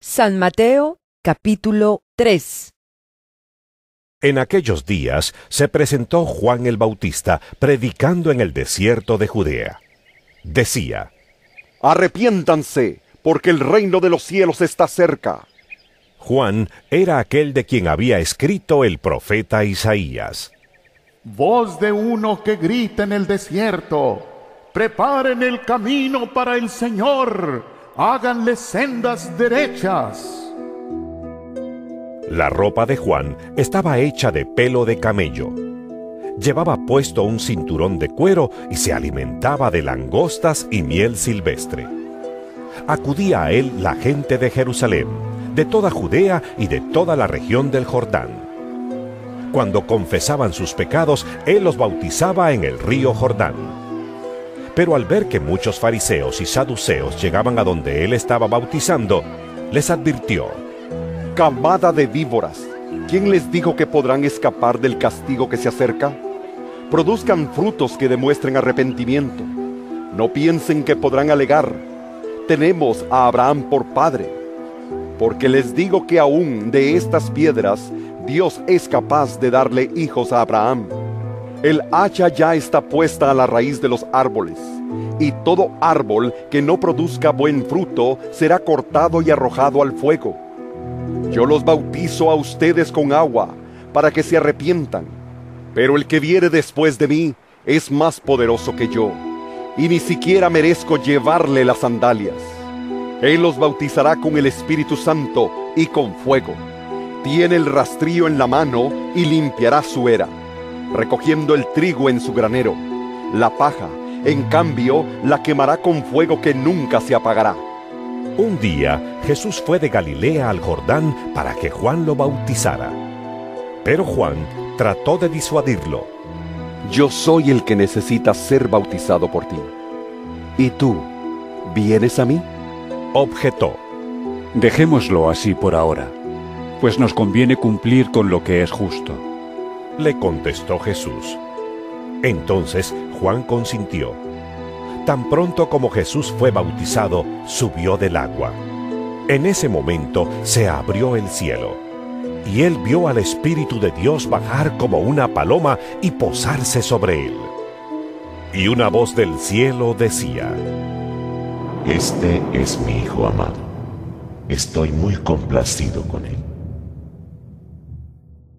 San Mateo, capítulo 3. En aquellos días se presentó Juan el Bautista predicando en el desierto de Judea. Decía: Arrepiéntanse, porque el reino de los cielos está cerca. Juan era aquel de quien había escrito el profeta Isaías. Voz de uno que grita en el desierto: preparen el camino para el Señor, háganle sendas derechas. La ropa de Juan estaba hecha de pelo de camello. Llevaba puesto un cinturón de cuero y se alimentaba de langostas y miel silvestre. Acudía a él la gente de Jerusalén, de toda Judea y de toda la región del Jordán. Cuando confesaban sus pecados, él los bautizaba en el río Jordán. Pero al ver que muchos fariseos y saduceos llegaban a donde él estaba bautizando, les advirtió: Camada de víboras, ¿quién les dijo que podrán escapar del castigo que se acerca? Produzcan frutos que demuestren arrepentimiento. No piensen que podrán alegar: tenemos a Abraham por padre. Porque les digo que aún de estas piedras Dios es capaz de darle hijos a Abraham. El hacha ya está puesta a la raíz de los árboles, y todo árbol que no produzca buen fruto será cortado y arrojado al fuego. Yo los bautizo a ustedes con agua, para que se arrepientan. Pero el que viene después de mí es más poderoso que yo, y ni siquiera merezco llevarle las sandalias. Él los bautizará con el Espíritu Santo y con fuego. Tiene el rastrillo en la mano y limpiará su era, recogiendo el trigo en su granero. La paja, en cambio, la quemará con fuego que nunca se apagará. Un día Jesús fue de Galilea al Jordán para que Juan lo bautizara. Pero Juan trató de disuadirlo. Yo soy el que necesita ser bautizado por ti. ¿Y tú, vienes a mí? Objetó: Dejémoslo así por ahora, pues nos conviene cumplir con lo que es justo. Le contestó Jesús. Entonces Juan consintió. Tan pronto como Jesús fue bautizado, subió del agua. En ese momento se abrió el cielo, y él vio al Espíritu de Dios bajar como una paloma y posarse sobre él. Y una voz del cielo decía: Este es mi Hijo amado. Estoy muy complacido con él.